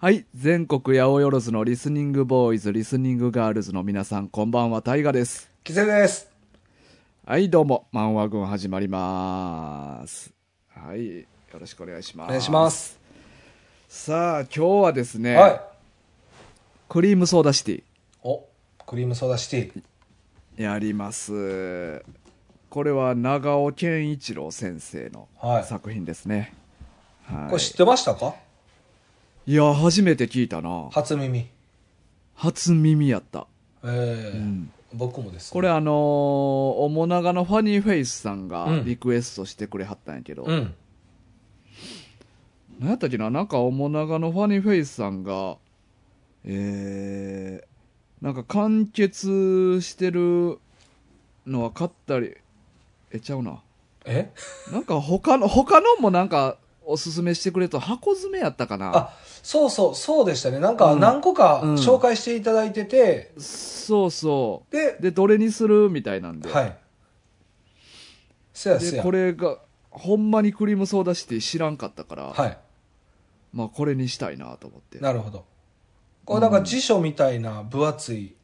はい、全国八百万のリスニングボーイズ、リスニングガールズの皆さん、こんばんは、タイガです。 キセです。 はい、どうも、漫画軍始まります。はい、よろしくお願いします。 お願いします。 さあ、今日はですね、 はい。 クリームソーダシティ。 お、クリームソーダシティ。 やります。これは長尾健一郎先生の作品ですね。はい、 これ知ってましたか？ いや、初めて聞いたな。 初耳。 初耳やった。 僕もです、ね。 これおもながのファニーフェイスさんがリクエストしてくれはったんやけど、何やったっけな、なんかおもながのファニーフェイスさんがなんか完結してるのは買ったりちゃうな、なんか他のもなんかおすすめしてくれと箱詰めやったかな。 あ、そうでしたね。なんか何個か紹介していただいてて、 そうそうでどれにするみたいなんで、 はい。 でこれがほんまにクリームソーダシティ知らんかったから、 はい。 まあこれにしたいなと思って。 なるほど。これなんか辞書みたいな分厚い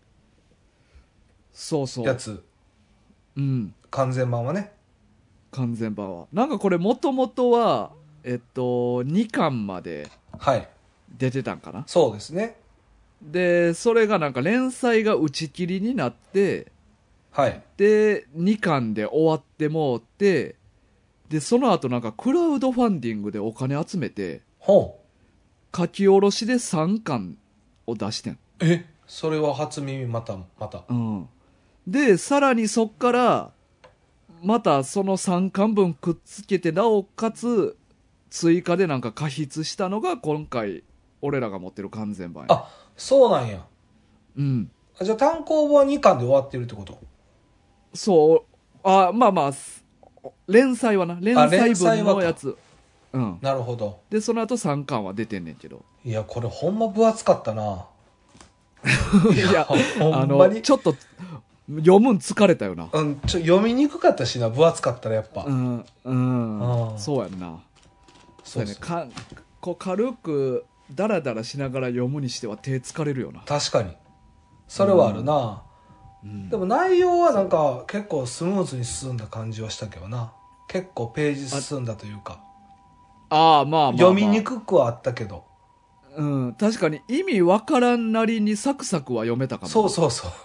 やつ。完全版はね。 完全版はなんかこれもともとは2巻まで出てたんかな。 そうですね。 でそれがなんか連載が打ち切りになって、 はい。 で2巻で終わってもうて、でその後なんかクラウドファンディングでお金集めて書き下ろしで3巻を出してん。 それは初耳。またでさらにそっからまたその3巻分くっつけて、なおかつ追加でなんか加筆したのが今回俺らが持ってる完全版や。 あ、そうなんや。じゃあ単行本は2巻で終わってるってこと？ そう。まあ連載はな、連載分のやつ。 なるほど。 でその後3巻は出てんねんけど、 いやこれほんま分厚かったな。 いやほんまにちょっと読むん疲れたよな。 読みにくかったしな、分厚かったらやっぱ。 そうやんな。そうやね。こう軽くダラダラしながら読むにしては手疲れるよな。 確かにそれはあるな。でも内容はなんか結構スムーズに進んだ感じはしたけどな。結構ページ進んだというか、読みにくくはあったけど、 確かに意味わからんなりにサクサクは読めたかも。 そう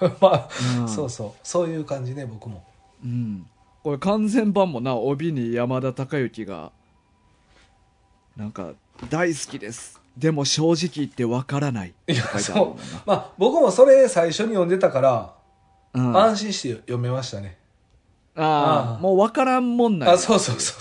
そういう感じね、僕も。 これ完全版もな、帯に山田孝之がなんか大好きですでも正直言ってわからないって書いてあるもんな。 僕もそれ最初に読んでたから、安心して読めましたね。 もうわからんもんない。 そう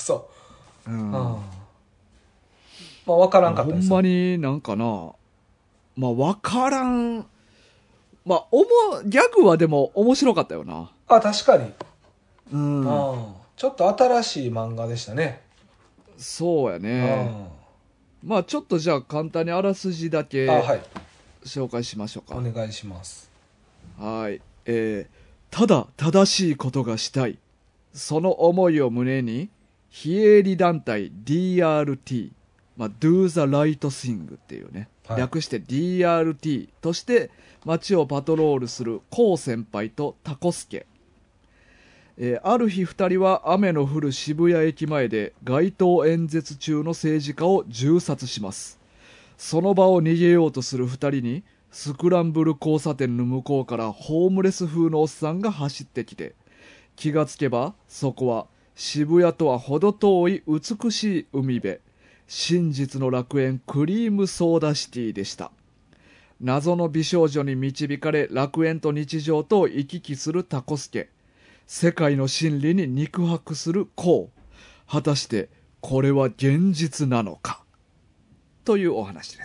わからんかったです。 ほんまになんかな、わからん。ギャグはでも面白かったよな。 確かに。ちょっと新しい漫画でしたね。 そうやね。ちょっとじゃあ簡単にあらすじだけ紹介しましょうか。 お願いします。 はい。ただ正しいことがしたい、その思いを胸に非営利団体 DRT、Do the Right Thing っていうね、略して DRT として街をパトロールするコウ先輩とタコスケ。ある日2人は雨の降る渋谷駅前で街頭演説中の政治家を銃殺します。その場を逃げようとする2人にスクランブル交差点の向こうからホームレス風のおっさんが走ってきて、気がつけばそこは渋谷とは程遠い美しい海辺、真実の楽園クリームソーダシティでした。謎の美少女に導かれ楽園と日常とを行き来するタコスケ、世界の真理に肉薄するコウ。果たしてこれは現実なのかというお話です。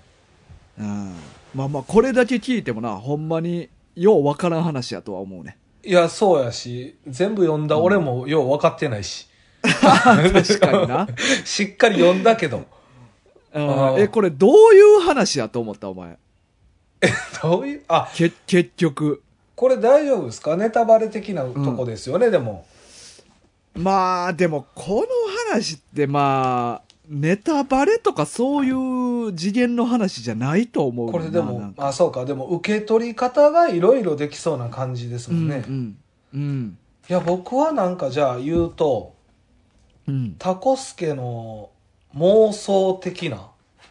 これだけ聞いてもな、ほんまにようわからん話やとは思うね。 いやそうやし、全部読んだ俺もよう分かってないし、 確かにな。 しっかり読んだけど。 これどういう話やと思ったお前。 どういう結局これ大丈夫ですか？ネタバレ的なとこですよね。でもでもこの話ってネタバレとかそういう次元の話じゃないと思う。 これでも、そうか、でも受け取り方がいろいろできそうな感じですもんね。いや、僕はなんかじゃあ言うと、タコスケの妄想的な。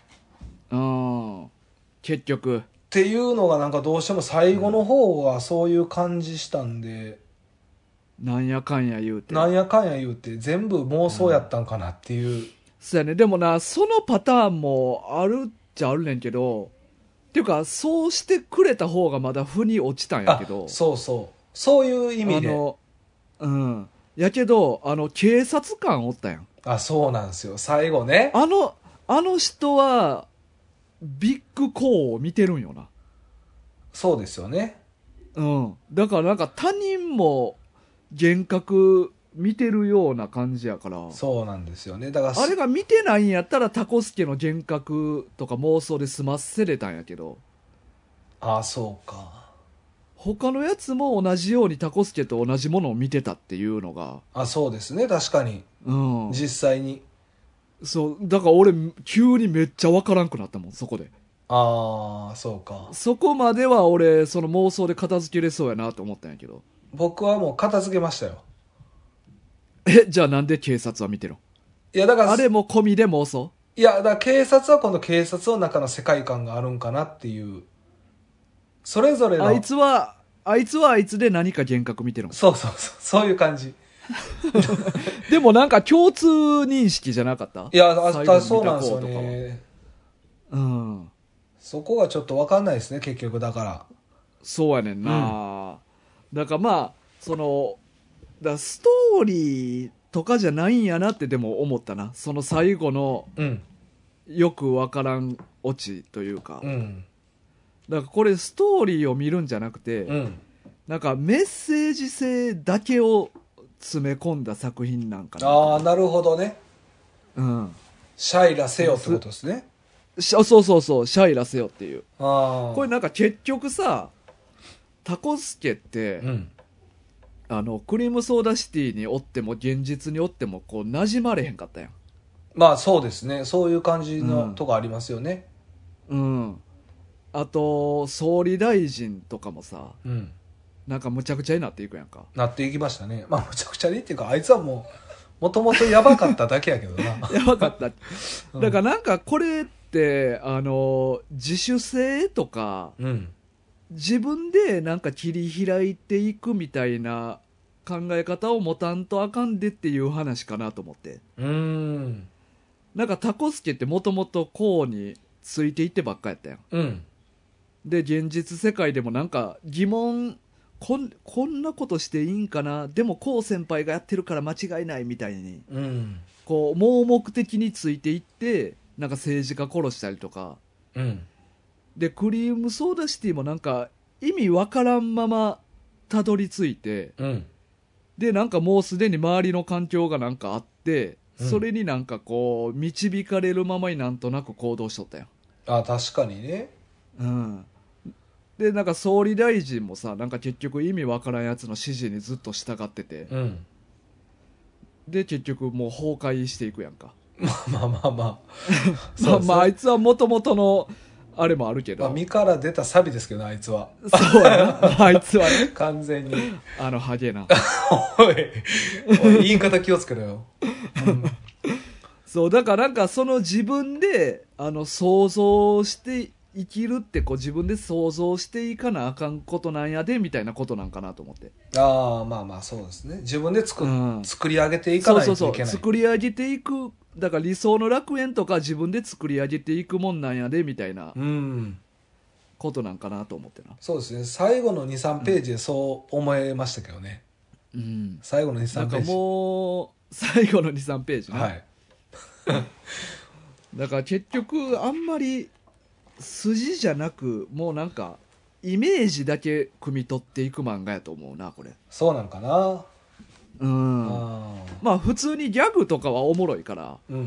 結局。 っていうのがなんかどうしても最後の方はそういう感じしたんで、 なんやかんや言うて。 全部妄想やったんかなっていう。 そうやね。でもな、そのパターンもあるっちゃあるねんけど、っていうか、そうしてくれた方がまだ腑に落ちたんやけど。 そういう意味で。 やけど、警察官おったやん。 そうなんですよ。最後ね。 あの人は、ビッグコーを見てるんよな。 そうですよね。 だからなんか他人も幻覚見てるような感じやから。 そうなんですよね。だからあれが見てないんやったらタコスケの幻覚とか妄想で済ませれたんやけど。 そうか。 他のやつも同じようにタコスケと同じものを見てたっていうのが。 そうですね。確かに。実際に。 そう。だから俺、急にめっちゃわからんくなったもん、そこで。 そうか。 そこまでは俺、その妄想で片付けれそうやなと思ったんやけど。 僕はもう片付けましたよ。 じゃあなんで警察は見てるの？ いや、だから。 あれも込みで妄想？ いや、だから警察は今度警察の中の世界観があるんかなっていう。それぞれの。 あいつはあいつで何か幻覚見てるの？ そういう感じ。 でもなんか共通認識じゃなかった？ いや、そうなんですよね。そこがちょっと分かんないですね、結局だから。 そうやねんな。だからまあ、ストーリーとかじゃないんやなってでも思ったな。その最後の、よく分からんオチというか。だからこれストーリーを見るんじゃなくて、なんかメッセージ性だけを詰め込んだ作品なんかな。 なるほどね。シャイラせよってことですね。 そうシャイラせよっていう。これなんか結局さ、タコスケって、クリームソーダシティにおっても現実におってもこう馴染まれへんかったやん。 まあそうですね。そういう感じのとこありますよね。 あと総理大臣とかもさ、なんかむちゃくちゃになっていくやんか。 なっていきましたね。まあむちゃくちゃにっていうか、あいつはもともとやばかっただけやけどな。 やばかった。だからなんかこれって自主性とか、自分でなんか切り開いていくみたいな考え方を持たんとあかんでっていう話かなと思って。なんかタコスケってもともとこうについていってばっかやったやん。で現実世界でもなんか疑問、こんなことしていいんかな、でもこう先輩がやってるから間違いないみたいに、こう盲目的についていってなんか政治家殺したりとか、でクリームソーダシティもなんか意味わからんままたどり着いて、でなんかもうすでに周りの環境がなんかあって、それになんかこう導かれるままになんとなく行動しとったよ。 確かにね。 でなんか総理大臣もさ、なんか結局意味わからんやつの指示にずっと従ってて、で結局もう崩壊していくやんか。 まああいつはもともとのあれもあるけど、 身から出たサビですけどね、あいつは。 そうやな。あいつはね。 完全に。 ハゲな。 おい、言い方気をつけろよ。 そう、だからなんかその自分で、想像して生きるってこう自分で想像していかなあかんことなんやで、みたいなことなんかなと思って。 まあそうですね。自分で作り上げていかないといけない。 作り上げていく。だから理想の楽園とか自分で作り上げていくもんなんやでみたいなことなんかなと思ってな。 そうですね。最後の 2,3 ページでそう思えましたけどね。最後の 2,3 ページ。 なんかもう最後の 2,3 ページな。だから結局あんまり筋じゃなく、もうなんかイメージだけ汲み取っていく漫画やと思うな、これ。 そうなんかな。 まあ普通にギャグとかはおもろいから、ギ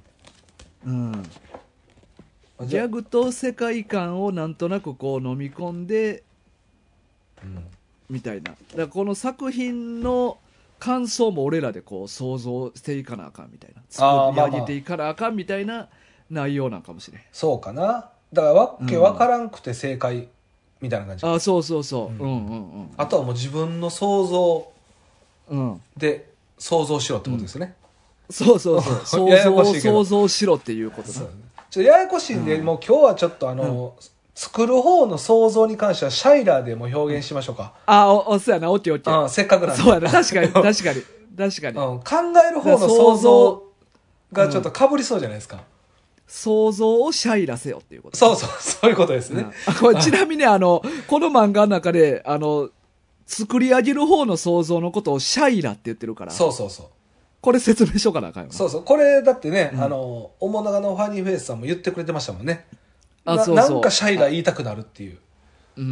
ャグと世界観をなんとなくこう飲み込んで、みたいな。だからこの作品の感想も俺らでこう想像していかなあかんみたいな、作り上げていかなあかんみたいな内容なんかもしれん。 そうかな。だからわけわからんくて正解みたいな感じ、 あ、そうそうそう、うんうんうん、 あとはもう自分の想像で想像しろってことですね、 そうそうそうややこしいけど想像しろっていうことな。 ちょっとややこしいんで、もう今日はちょっと作る方の想像に関してはシャイラーでも表現しましょうか。 そうやな、オッケーオッケー。 せっかくなんで。 そうやな、確かに確かに確かに、 考える方の想像がちょっと被りそうじゃないですか。 想像をシャイラせよっていうこと。 そうそう、そういうことですね。 これちなみにこの漫画の中で作り上げる方の想像のことをシャイラって言ってるから。 そうそうそう。 これ説明しようかなあかんよな。 そうそう。これだってね、おもながのファニーフェイスさんも言ってくれてましたもんね。 そうそう。 なんかシャイラ言いたくなるっていう。 うんうん。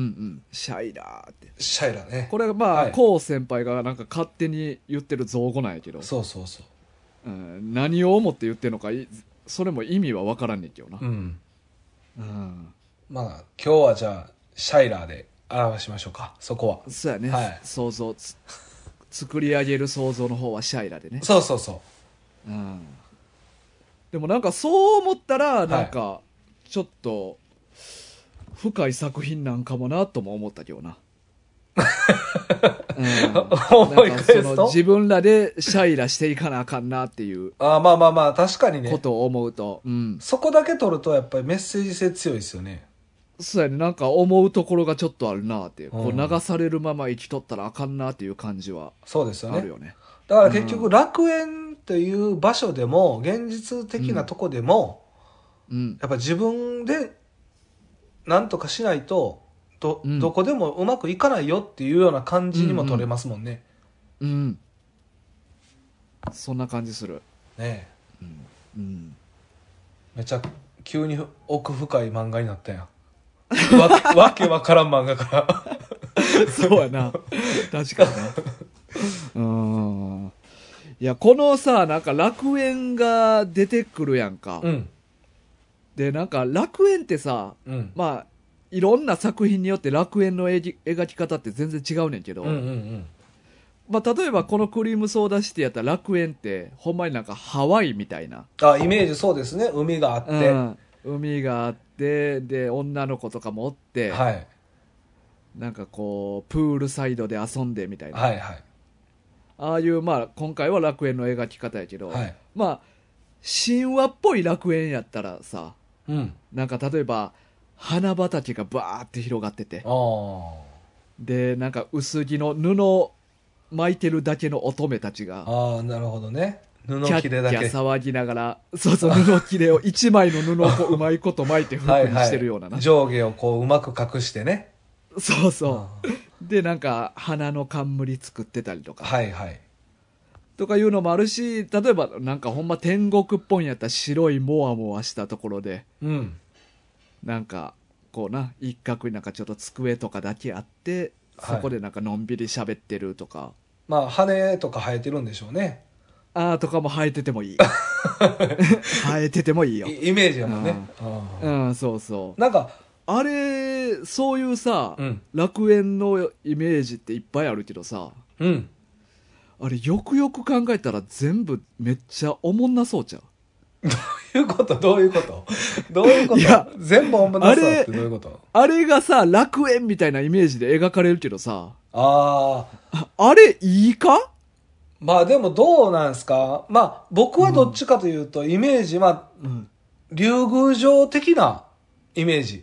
シャイラって。 シャイラね。 これがまあ、コウ先輩がなんか勝手に言ってる造語なんやけど。 そうそうそう。 何を思って言ってるのか、それも意味は分からんねんけどな。 まあ、今日はじゃあ、シャイラーで表しましょうか、そこは。 そうやね。はい、想像作り上げる想像の方はシャイラでね。 そうそうそう。 でもなんかそう思ったら、なんか、ちょっと、深い作品なんかもなとも思ったけどな。 思い返すと自分らでシャイラしていかなあかんなっていう。 まあまあまあ、確かにね。 ことを思うと。 そこだけ取ると、やっぱりメッセージ性強いですよね。 そうやね。なんか思うところがちょっとあるなっていう。こう流されるまま生きとったらあかんなっていう感じは。 そうですよね。 あるよね。 だから結局、楽園という場所でも、現実的なとこでも、やっぱ自分で何とかしないと、どこでもうまくいかないよっていうような感じにも取れますもんね。 そんな感じする。 ねえ。めちゃ急に奥深い漫画になったやん。わけわからん漫画から。 そうやな。確かにな。いや、このさ、なんか楽園が出てくるやんか。で、なんか楽園ってさ、まあ、いろんな作品によって楽園の描き方って全然違うねんけど、まあ、例えばこのクリームソーダシティやったら楽園ってほんまになんかハワイみたいなイメージ。そうですね。海があって、 海があってで女の子とかもおって、なんかこうプールサイドで遊んでみたいな、ああいうまあ今回は楽園の描き方やけど、まあ神話っぽい楽園やったらさ、なんか例えば花畑がバーって広がってて、でなんか薄着の布巻いてるだけの乙女たちが、 なるほどね、布切れだけキャッキャ騒ぎながら、そうそう、布切れを一枚の布をこううまいこと巻いて服にしてるようなな、 上下をこううまく隠してね、 そうそうでなんか花の冠作ってたりとか、とかいうのもあるし、例えばなんかほんま天国っぽいんやったら白いモワモワしたところで、なんかこうな一角になんかちょっと机とかだけあって、そこでなんかのんびり喋ってるとか、 まあ羽とか生えてるんでしょうね。 とかも生えててもいい生えててもいいよ、 イメージやもんね。 そうそう、 なんかあれそういうさ、楽園のイメージっていっぱいあるけどさ、あれよくよく考えたら全部めっちゃおもんなそうちゃう。 どういうこといや全部おもんなそうってどういうこと？ あれがさ楽園みたいなイメージで描かれるけどさ、あれいいか？ まあでもどうなんすか。まあ僕はどっちかというとイメージは、竜宮城的なイメージ。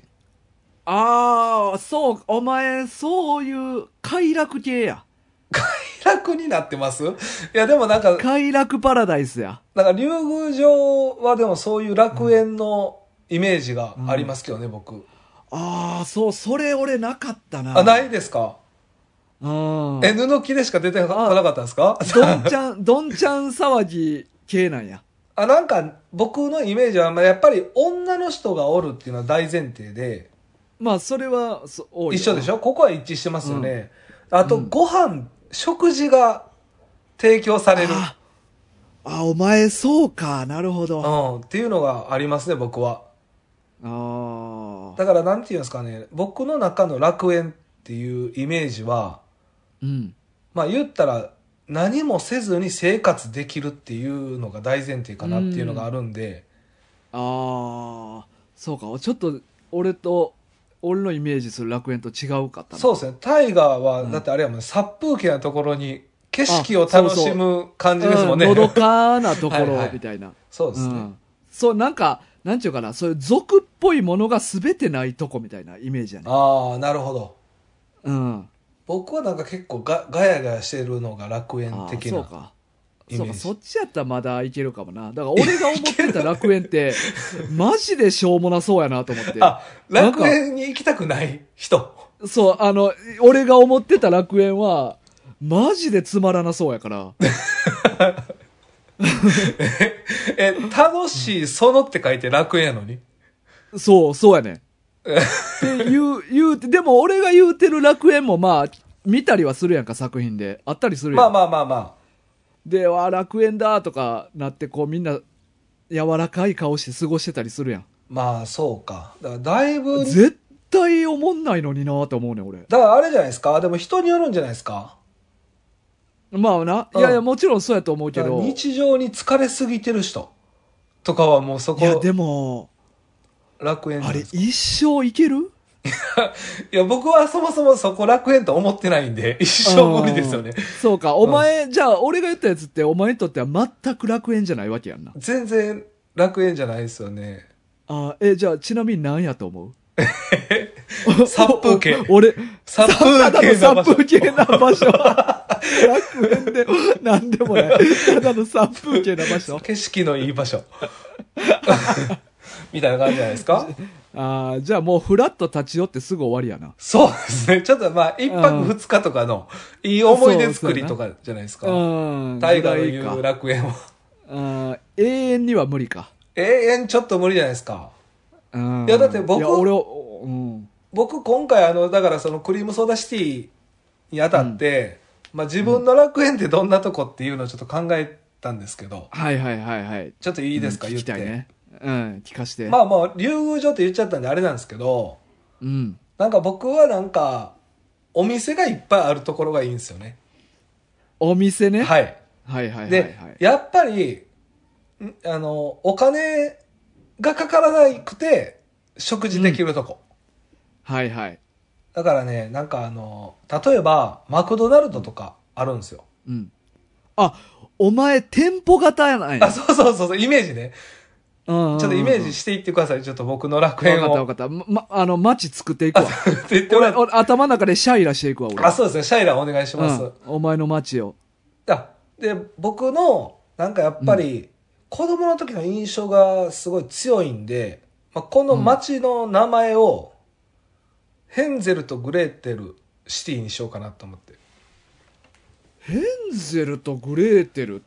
そう、お前そういう快楽系や。 快楽になってます？いやでもなんか快楽パラダイスや。 なんか竜宮城はでもそういう楽園のイメージがありますけどね、僕。 そう、それ俺なかったな。 ないですか？布切れしか出てこなかったんですか？ どんちゃん騒ぎ系なんや。 なんか僕のイメージはやっぱり女の人がおるっていうのは大前提で、 まあそれは一緒でしょ。ここは一致してますよね。あとご飯、食事が提供される。 お前そうか、なるほど。 っていうのがありますね、僕は。だからなんていうんですかね、僕の中の楽園っていうイメージは、まあ言ったら何もせずに生活できるっていうのが大前提かなっていうのがあるんで、 ああ、そうか。ちょっと俺のイメージする楽園と違うかったな。 そうですね。タイガーは、だってあれやもんね、殺風景なところに景色を楽しむ感じですもんね。 のどかなところみたいな。 そうですね。 そう、なんか、なんていうかな、そういう俗っぽいものが全てないとこみたいなイメージやね。 ああ、なるほど。 うん。 僕はなんか結構ガヤガヤしてるのが楽園的な。 そうか。そうか、そっちやったらまだいけるかもな。だから俺が思ってた楽園って、マジでしょうもなそうやなと思って。 あ、楽園に行きたくない人。 そう、俺が思ってた楽園は、マジでつまらなそうやから。 楽しいそのって書いて楽園やのに。 そうやね。って言うて、でも俺が言うてる楽園もまあ、見たりはするやんか、作品で。あったりするやん。 まあ。 で、楽園だとかなって、こうみんな、柔らかい顔して過ごしてたりするやん。 まあ、そうか。だからだいぶ。 絶対思んないのになと思うねん、俺。 だからあれじゃないですか。でも人によるんじゃないですか。 まあな。いや、もちろんそうやと思うけど。 日常に疲れすぎてる人とかはもうそこ。 いや、でも、 楽園あれ、一生いけるいや、僕はそもそもそこ楽園と思ってないんで、一生無理ですよね。 そうか。お前、じゃあ、俺が言ったやつって、お前にとっては全く楽園じゃないわけやんな。 全然楽園じゃないですよね。 じゃあ、ちなみに何やと思う殺風景。 殺風景な場所。楽園で、なんでもない。ただの殺風景な場所。 景色のいい場所。みたいな感じじゃないですか。 じゃあもうフラッと立ち寄ってすぐ終わりやな。 そうですね。ちょっとまあ、一泊二日とかのいい思い出作りとかじゃないですか。大河の言う楽園は。 永遠には無理か。 永遠ちょっと無理じゃないですか。いや、だって僕今回だからそのクリームソーダシティにあたって、まあ自分の楽園ってどんなとこっていうのをちょっと考えたんですけど。 はい。 ちょっといいですか、言って。 聞きたいね。聞かして。 まあもう、竜宮城って言っちゃったんであれなんですけど、なんか僕はなんか、お店がいっぱいあるところがいいんですよね。 お店ね。 はい。で、やっぱり、お金がかからなくて、食事できるとこ。 はい。 だからね、なんか例えば、マクドナルドとかあるんですよ。 お前、店舗型やない。 そう、イメージね。ちょっとイメージしていってください。ちょっと僕の楽園を。 わかった。街作っていくわ。俺、頭の中でシャイラしていくわ、俺。 そうですね。シャイラお願いします。 お前の街を。 で、僕の、なんかやっぱり、子供の時の印象がすごい強いんで、この街の名前を、ヘンゼルとグレーテルシティにしようかなと思って。 ヘンゼルとグレーテルって、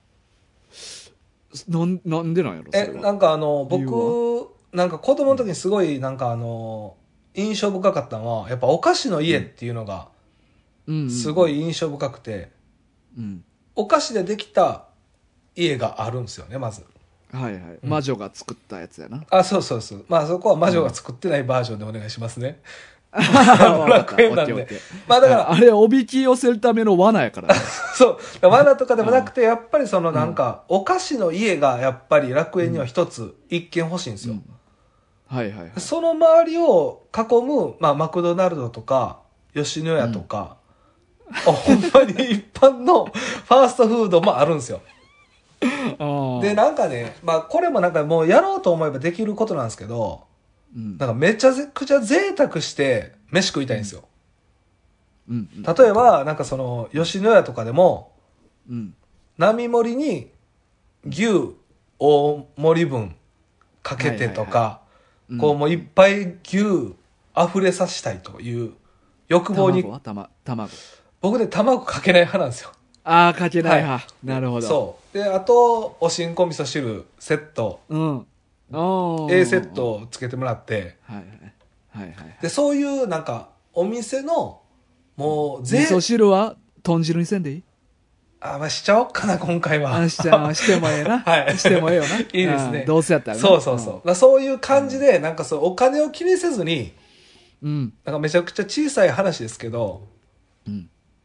なんでなんやろそれは。 なんか僕、なんか子供の時にすごい、なんか印象深かったのは、やっぱお菓子の家っていうのが、すごい印象深くて、お菓子でできた家があるんですよね、まず。 はい。魔女が作ったやつやな。 そう。まあそこは魔女が作ってないバージョンでお願いしますね。 楽園なんで。まあだから。あれ、おびき寄せるための罠やからね。 そう。罠とかでもなくて、やっぱりそのなんか、お菓子の家がやっぱり楽園には一つ、一軒欲しいんですよ。 はい。 その周りを囲む、まあマクドナルドとか、吉野家とか、ほんまに一般のファーストフードもあるんですよ。で、なんかね、まあこれもなんかもうやろうと思えばできることなんですけど、なんかめちゃくちゃ贅沢して飯食いたいんですよ。例えば、なんかその、吉野家とかでも、並盛りに牛大盛り分かけてとか、こうもういっぱい牛溢れさせたいという欲望に。 卵。 僕ね、卵かけない派なんですよ。 かけない派。なるほど。 そう。で、あと、おしんこ味噌汁セット。A セットをつけてもらって。で、そういうなんか、お店の、もう、 味噌汁は豚汁にせんでいい？ まあ、しちゃおうかな、今回は。 してもええな。してもええよな。いいですね。 どうせやったらね。 そう。そういう感じで、なんかそう、お金を気にせずに、なんかめちゃくちゃ小さい話ですけど、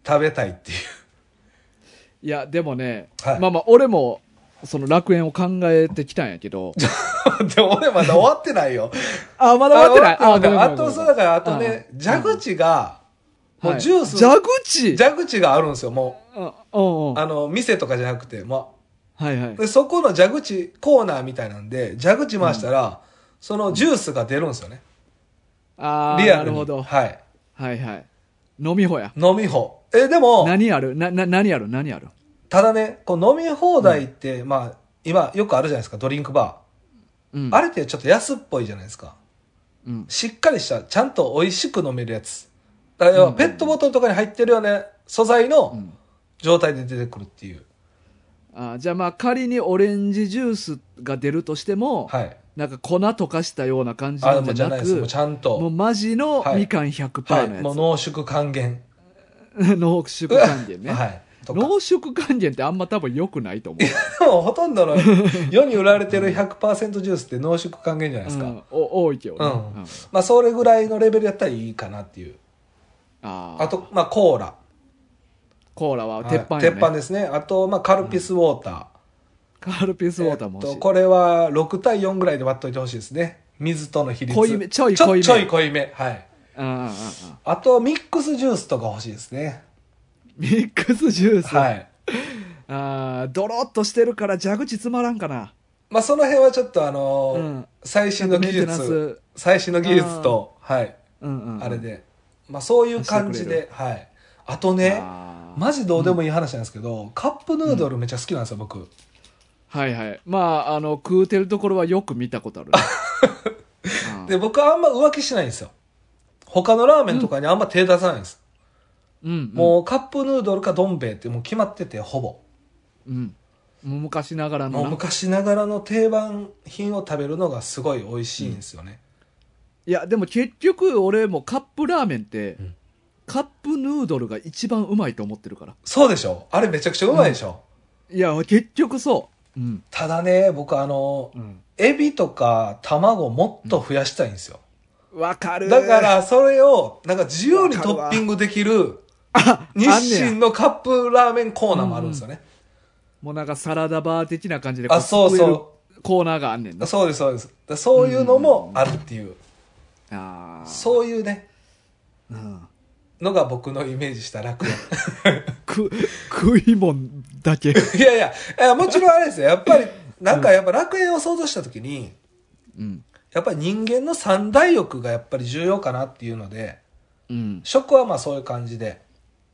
食べたいっていう。 いや、でもね、 はいまあまあ、俺も、その楽園を考えてきたんやけど。 でも俺まだ終わってないよ。 あ、まだ終わってない。 あ、 ごめんごめんあと、そうだからあとね、蛇口が、もうジュース、 蛇口があるんですよ、もう。 店とかじゃなくて、 はいはい。 で、そこの蛇口コーナーみたいなんで、蛇口回したら、そのジュースが出るんですよね。 ああ、 リアルに。 なるほど。 はい。 はいはい。飲み放や。 飲み放。でも、 何ある何あるただね、こう飲み放題って、今よくあるじゃないですか、ドリンクバー。あれってちょっと安っぽいじゃないですか。しっかりした、ちゃんと美味しく飲めるやつ。だから要はペットボトルとかに入ってるような素材の状態で出てくるっていう。 じゃあまあ仮にオレンジジュースが出るとしても、 はい。 なんか粉溶かしたような感じなんじゃなく、 もうちゃんと。 もうマジのみかん 100% のやつ。 もう濃縮還元。 濃縮還元ね。 はい。 濃縮還元ってあんま多分良くないと思う。 でもほとんどの世に売られてる 100% ジュースって濃縮還元じゃないですか。 多いけどね。 それぐらいのレベルやったらいいかなっていう。あと、コーラ。 コーラは鉄板よね。 鉄板ですね。あと、カルピスウォーター。 カルピスウォーターも欲しい。 これは6対4ぐらいで割っといてほしいですね。水との比率。 ちょい濃いめ。 ちょい濃いめ。はい。あと、ミックスジュースとか欲しいですね。 ミックスジュース。 はい。 ドロッとしてるから蛇口詰まらんかな。 その辺はちょっと最新の技術と、はい。あれで。そういう感じで、はい。あとね、マジどうでもいい話なんですけど、カップヌードルめっちゃ好きなんですよ、僕。 はいはい。食うてるところはよく見たことある。 で、僕はあんま浮気しないんですよ。他のラーメンとかにあんま手出さないんです。もうカップヌードルかどん兵衛ってもう決まってて、ほぼ。 もう昔ながらの。 もう昔ながらの定番品を食べるのがすごい美味しいんですよね。 いや、でも結局俺もカップラーメンって、カップヌードルが一番うまいと思ってるから。 そうでしょ？あれめちゃくちゃうまいでしょ？ いや、結局そう。 ただね、僕エビとか卵もっと増やしたいんですよ。 わかる。 だからそれをなんか自由にトッピングできる日清のカップラーメンコーナーもあるんですよね。 もうなんかサラダバー的な感じでそうそうコーナーがあんねんな。 そうですそうです。そういうのもあるっていう。そういうね、のが僕のイメージした楽園。 食いもんだけ。 いやもちろんあれですよ。やっぱりなんかやっぱ楽園を想像したときに、やっぱり人間の三大欲がやっぱり重要かなっていうので、食はそういう感じで。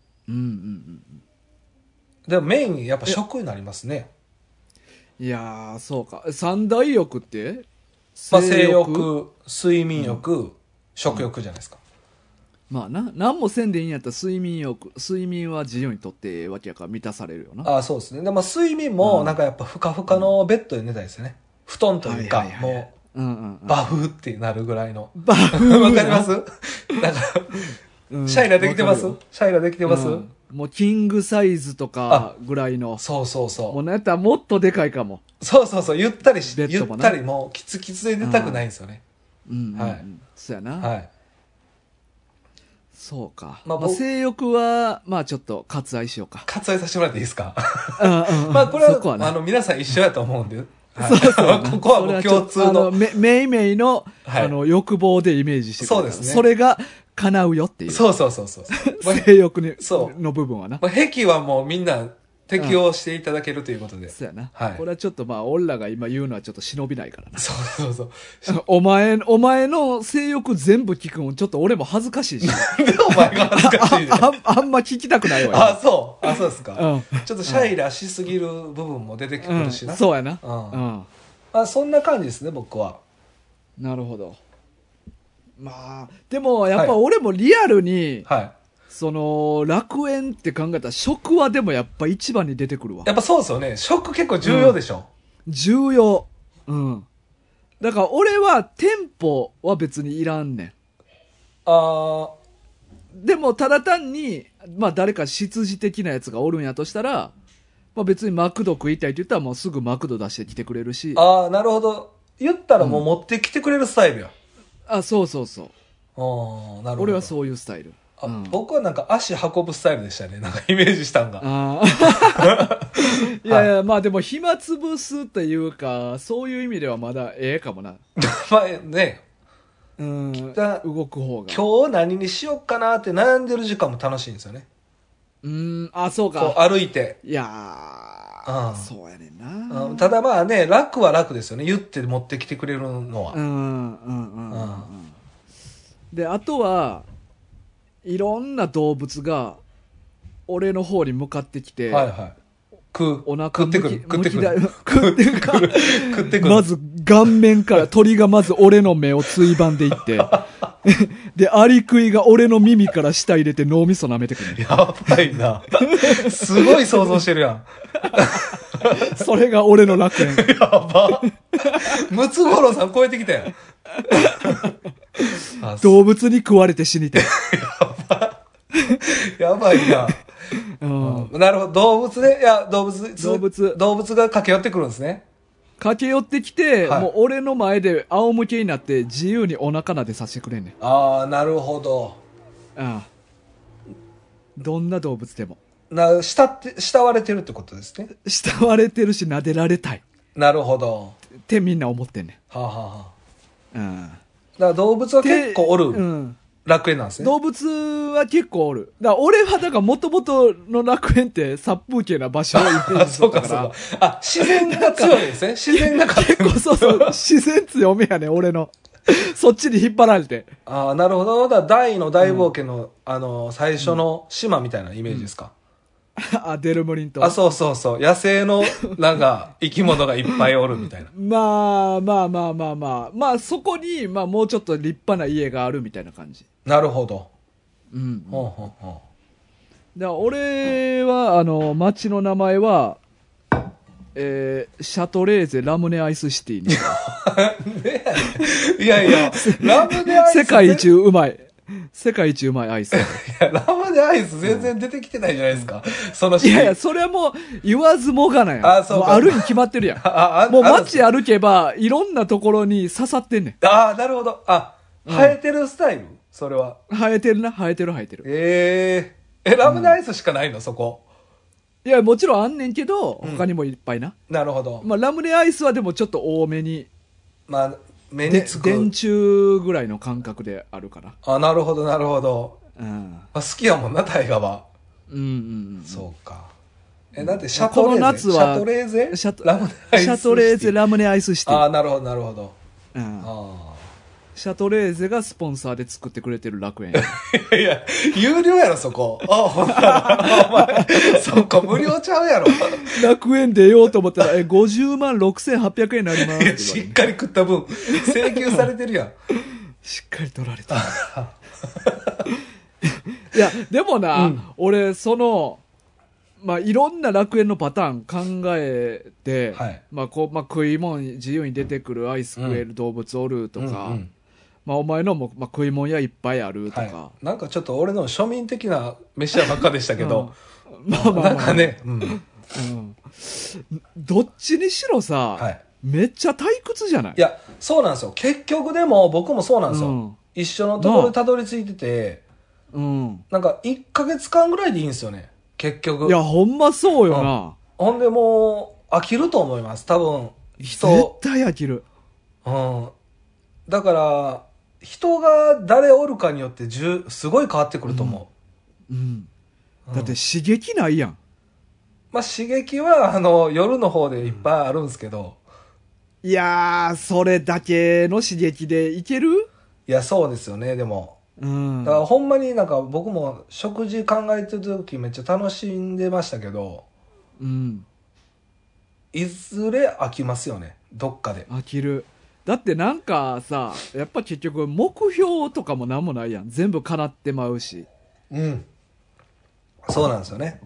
でもメインやっぱ食になりますね。 いやー、そうか。三大欲って性欲、睡眠欲、食欲じゃないですか。 何もせんでいいんやったら睡眠は自由にとってええわけやから満たされるよな。 そうですね。で睡眠もなんかやっぱふかふかのベッドで寝たいですよね。布団というか、もう、バフってなるぐらいの。 バフわかります？なんか、シャイラできてます？シャイラできてます？ もうキングサイズとかぐらいの。 そうもうなんやったらもっとでかいかも。 そう、ゆったりもうキツキツで寝たくないんですよね。はい。 そうやな。 はい。 そうか。性欲は、ちょっと割愛しようか。 割愛させてもらっていいですか？これは、皆さん一緒やと思うんで。ここはもう共通の。 めいめいの、欲望でイメージしてくれた。そうですね。それが叶うよっていう。 そう。 性欲の部分はな。 癖はもうみんな適応していただけるということで。 そうやな。これはちょっと俺らが今言うのはちょっと忍びないからな。 そう。 お前の性欲全部聞くのちょっと俺も恥ずかしいし。 なんでお前が恥ずかしいねあんま聞きたくないわ。 そうですか。ちょっとシャイラしすぎる部分も出てくるしな。 そうやな。 そんな感じですね、僕は。 なるほど。でもやっぱ俺もリアルに、その楽園って考えたら食はでもやっぱ一番に出てくるわ。 やっぱそうですよね。食結構重要でしょ。 重要。だから俺は店舗は別にいらんねん。でもただ単に誰か執事的なやつがおるんやとしたら、別にマクド食いたいって言ったらもうすぐマクド出してきてくれるし。 なるほど。言ったらもう持ってきてくれるスタイルや。 そう。 なるほど。 俺はそういうスタイル。 うん、 僕はなんか足運ぶスタイルでしたね。なんかイメージしたんが。 いやいや、まあでも暇つぶすというか、そういう意味ではまだええかもな。 まあね。 うん。動く方が。 今日何にしよっかなって悩んでる時間も楽しいんですよね。 そうか。 こう歩いて。 いやー、そうやねんな。 ただまあね、楽は楽ですよね。言って持ってきてくれるのは。 で、あとは、いろんな動物が、俺の方に向かってきて、 はいはい。 お腹食ってくる。 食ってくる。まず顔面から鳥がまず俺の目をついばんでいって、で、アリクイが俺の耳から舌入れて脳みそ舐めてくる。 やばいな。すごい想像してるやん。 それが俺の楽園。 やば。ムツゴロウさん超えてきたやん。 動物に食われて死にたい。 やばいな。なるほど。動物ね。いや、動物が駆け寄ってくるんですね。 駆け寄ってきて、もう俺の前で仰向けになって自由にお腹なでさせてくれんねん。 ああ、なるほど。 どんな動物でも。 慕われてるってことですね。 慕われてるし、撫でられたい。 なるほど。 ってみんな思ってんねん。 はあ、はあ、だから動物は結構おる。楽園なんですね。 動物は結構おる。だから俺はだから元々の楽園って殺風景な場所をイメージするから。そうか。 自然が強いですね。自然が結構そう、自然強めやね、俺の。そっちに引っ張られて。 なるほど。だから大の大冒険の、最初の島みたいなイメージですか。 デルムリンと。 そう。野生の、なんか、生き物がいっぱいおるみたいな。 まあ、そこに、まあ、もうちょっと立派な家があるみたいな感じ。 なるほど。 だから俺は、町の名前は、シャトレーゼラムネアイスシティに。 いや、ラムネアイス。 世界一うまいアイス。 いや、ラムネアイス全然出てきてないじゃないですか。 いや、それはもう言わずもがなや。 そうか。 もうあるに決まってるやん。もう街歩けば、いろんなところに刺さってんねん。 なるほど。生えてるスタイルそれは。 生えてる。ラムネアイスしかないのそこ。 いや、もちろんあんねんけど、他にもいっぱいな。 なるほど。 まあ、ラムネアイスはでもちょっと多めに。 まあ、目につく。 電柱ぐらいの感覚であるから。 なるほど。好きやもんな、大河は。そうか。なんで、シャトレーゼシャトレーゼラムネアイスシティ。 なるほど。 シャトレーゼがスポンサーで作ってくれてる楽園。 いや、有料やろ、そこ。ほんなら、お前、そこ無料ちゃうやろ。 楽園出ようと思ったら、50万6800円になります。 しっかり食った分、請求されてるやん。 しっかり取られた。いや、でもな、俺、まあ、いろんな楽園のパターン考えて、まあ、食い物自由に出てくるアイス食える動物おるとか、まあ、お前のも、食い物屋いっぱいあるとか、 なんかちょっと俺の庶民的な飯屋ばっかでしたけど、 なんかね、 どっちにしろさ、めっちゃ退屈じゃない？ いや、そうなんですよ。結局でも僕もそうなんですよ。一緒のところでたどり着いてて、なんか1ヶ月間ぐらいでいいんですよね。結局。 いや、ほんまそうよな。 ほんでもう、飽きると思います。多分、 絶対飽きる。 だから、人が誰おるかによってすごい変わってくると思う。 だって刺激ないやん。 まあ刺激は、夜の方でいっぱいあるんですけど。 いやー、それだけの刺激でいける？ いや、そうですよね、でも。だからほんまになんか僕も食事考えてる時めっちゃ楽しんでましたけど、いずれ飽きますよね、どっかで。 飽きる。だってなんかさ、やっぱ結局目標とかもなんもないやん。全部叶ってまうし。 そうなんですよね。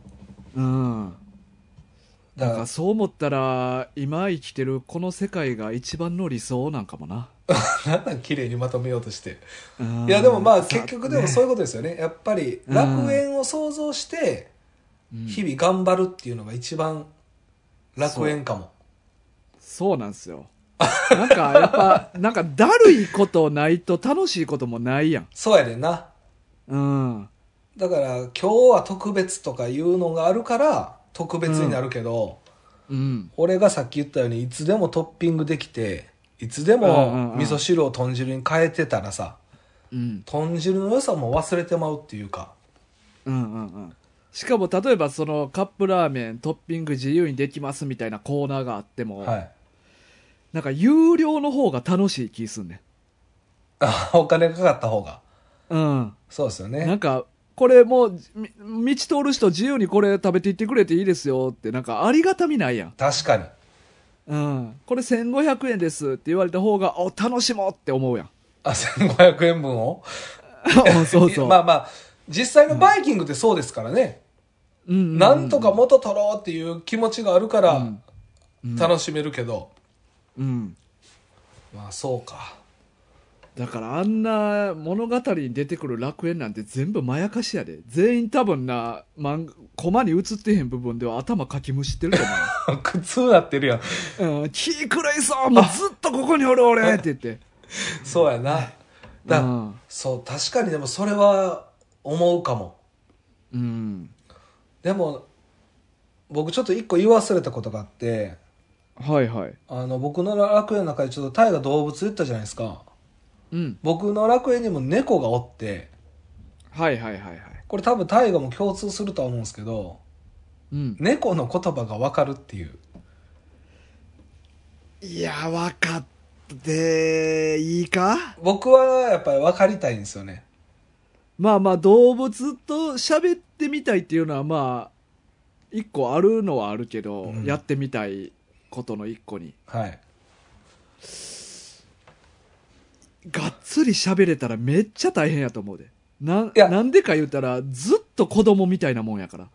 だからそう思ったら今生きてるこの世界が一番の理想なんかもな。 なん綺麗にまとめようとして。いやでもまあ結局でもそういうことですよね。やっぱり楽園を想像して日々頑張るっていうのが一番楽園かも。 そうなんですよ。なんかやっぱなんかだるいことないと楽しいこともないやん。 そうやでんな。 だから今日は特別とかいうのがあるから特別になるけど、俺がさっき言ったようにいつでもトッピングできていつでも味噌汁を豚汁に変えてたらさ、豚汁の良さも忘れてまうっていうか、 しかも例えばそのカップラーメントッピング自由にできますみたいなコーナーがあっても、なんか有料の方が楽しい気すんねん。 お金かかった方が。そうですよね。 なんかこれもう道通る人自由にこれ食べていってくれていいですよってなんかありがたみないやん。 確かに。 これ1500円ですって言われた方が楽しもうって思うやん。 1500円分をそうそう。 まあまあ実際のバイキングってそうですからね。なんとか元取ろうっていう気持ちがあるから楽しめるけど、まあそうか。 だからあんな物語に出てくる楽園なんて全部まやかしやで。全員多分なコマに映ってへん部分では頭かきむしってると思う。 苦痛なってるやん。 気くらいそうもうずっとここにおる俺って言ってそうやな。そう確かにでもそれは思うかも。でも僕ちょっと一個言い忘れたことがあって、僕の楽園の中でちょっとタイが動物言ったじゃないですか。僕の楽園にも猫がおって、これ多分タイガも共通するとは思うんですけど、猫の言葉が分かるっていう。 いや分かっていいか。 僕はやっぱり分かりたいんですよね。 まあまあ動物と喋ってみたいっていうのはまあ一個あるのはあるけど、やってみたいことの一個に、がっつり喋れたらめっちゃ大変やと思うで。なんでか言うたらずっと子供みたいなもんやから。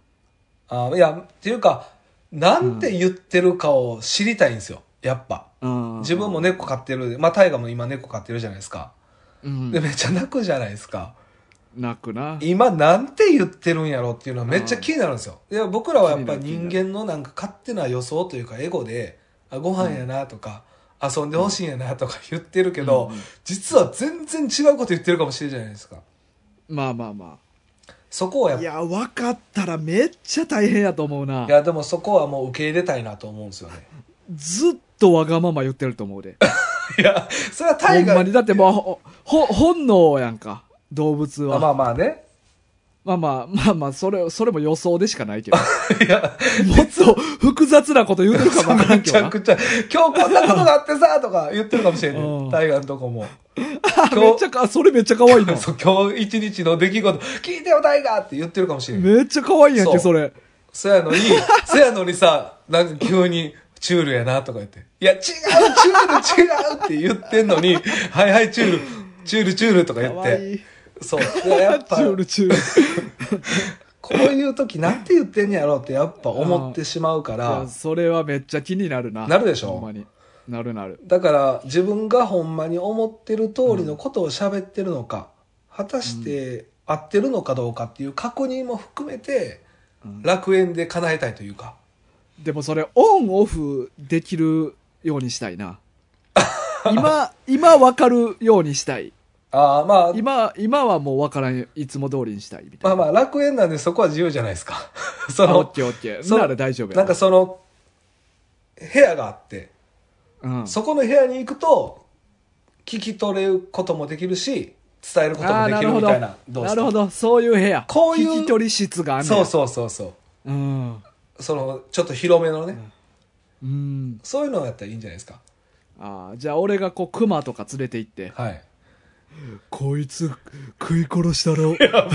いやっていうかなんて言ってるかを知りたいんですよやっぱ。自分も猫飼ってる。まあタイガも今猫飼ってるじゃないですか。でめっちゃ泣くじゃないですか。 泣くな。 今なんて言ってるんやろっていうのはめっちゃ気になるんですよ。いや僕らはやっぱり人間のなんか勝手な予想というかエゴでご飯やなとか、遊んでほしいんやなとか言ってるけど、実は全然違うこと言ってるかもしれないじゃないですか。 まあまあまあそこはいや分かったらめっちゃ大変やと思うな。 いやでもそこはもう受け入れたいなと思うんですよね。 ずっとわがまま言ってると思うで。 いやそれはタイガーほんまにだってもう本能やんか動物は。 まあまあね。 まあそれも予想でしかないけど。 いやもっと複雑なこと言うてるかもわからんけどな。 めちゃくちゃ今日こんなことがあってさとか言ってるかもしれないタイガーのとこも。 それめっちゃ可愛いな。 そう今日一日の出来事聞いてよタイガーって言ってるかもしれない。 めっちゃ可愛いやんけそれ。 そやのにさなんか急にチュールやなとか言って、いや違うチュールって言ってんのにはいはいチュールとか言って、そうやっぱチュールこういう時なんて言ってんやろうってやっぱ思ってしまうから。 それはめっちゃ気になるな。 なるでしょ。 ほんまになる。 だから自分がほんまに思ってる通りのことを喋ってるのか、果たして合ってるのかどうかっていう確認も含めて楽園で叶えたいというか。 でもそれオンオフできるようにしたいな。今分かるようにしたい。 まあ今はもう分からん、いつも通りにしたいみたいな。 まあ楽園なんでそこは自由じゃないですか。 オッケーなら大丈夫や。 なんかその部屋があって、そこの部屋に行くと聞き取れることもできるし伝えることもできるみたいな。 なるほどそういう部屋、 こういう聞き取り室があんねん。 そうそのちょっと広めのね、そういうのをやったらいいんじゃないですか。 じゃあ俺がこうクマとか連れて行って、こいつ食い殺したろ。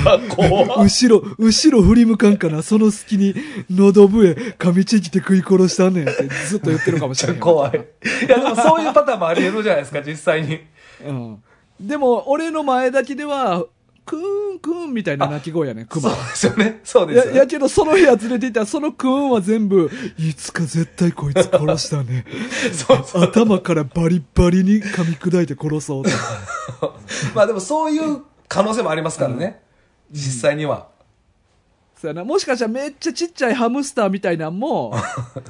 後ろ振り向かんかな、その隙に喉笛噛みちぎって食い殺したんねんってずっと言ってるかもしれない。 怖い。いやでもそういうパターンもあり得るじゃないですか実際に。 でも俺の前だけではクーンクーンみたいな鳴き声やねクマ。 そうですよね。そうですよね。 やけどその部屋連れて行ったらそのクーンは全部いつか絶対こいつ殺したね。頭からバリバリに噛み砕いて殺そうと。 まあでもそういう可能性もありますからね、実際には。 そうやな。もしかしたらめっちゃちっちゃいハムスターみたいなんも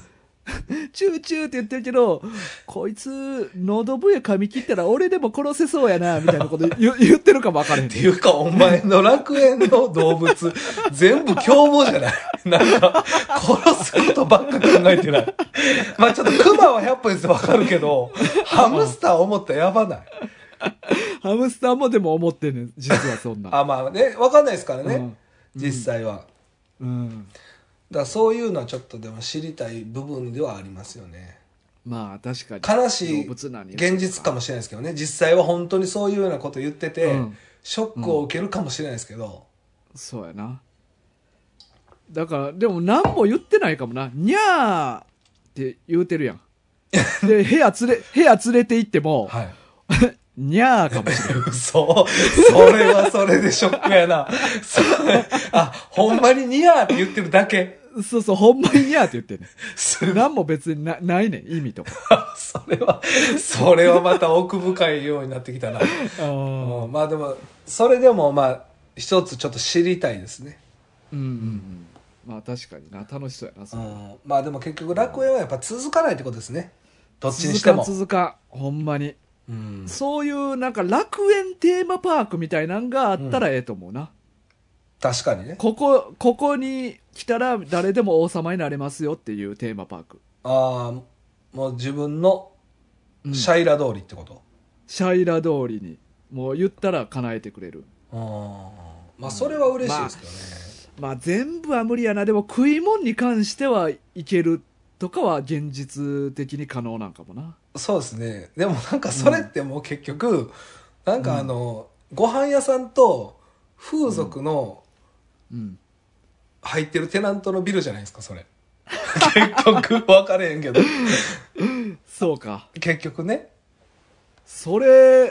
チューチューって言ってるけど、こいつ、喉笛噛み切ったら俺でも殺せそうやな、みたいなこと言ってるかも分からへん。 っていうか、お前の楽園の動物、全部凶暴じゃないなんか、殺すことばっか考えてない。まあちょっとクマは100歩です分かるけど、ハムスター思ったらやばない。 ハムスターもでも思ってんねん、実はそんな。 まあね、分かんないですからね、実際は。だからそういうのはちょっとでも知りたい部分ではありますよね。 まあ確かに悲しい現実かもしれないですけどね、実際は本当にそういうようなこと言ってて、ショックを受けるかもしれないですけど、 そうやな。だからでも何も言ってないかもな。にゃーって言うてるやん。で部屋連れて行っても、はいにゃーかもしれない。 それはそれでショックやな。ほんまににゃーって言ってるだけ。 そうそう、ほんまににゃーって言ってる。なんも別にないねん、意味とか。 それはまた奥深いようになってきたな。まあでも、それでもまあ、一つちょっと知りたいですね。 まあ確かにな、楽しそうやな。 まあでも結局楽園はやっぱ続かないってことですね。どっちにしても。 続かん、ほんまに。そういうなんか楽園テーマパークみたいなんがあったらええと思うな。 確かにね。 ここに来たら誰でも王様になれますよっていうテーマパーク。 もう自分のシャイラ通りってこと、 シャイラ通りにもう言ったら叶えてくれる。 まあそれは嬉しいですけどね。 まあ全部は無理やな。でも食い物に関してはいけるとかは現実的に可能なんかもな。 そうですね。でもなんかそれってもう結局、なんかご飯屋さんと風俗の入ってるテナントのビルじゃないですか、それ。結局分かれへんけど。 そうか。 結局ね。 そう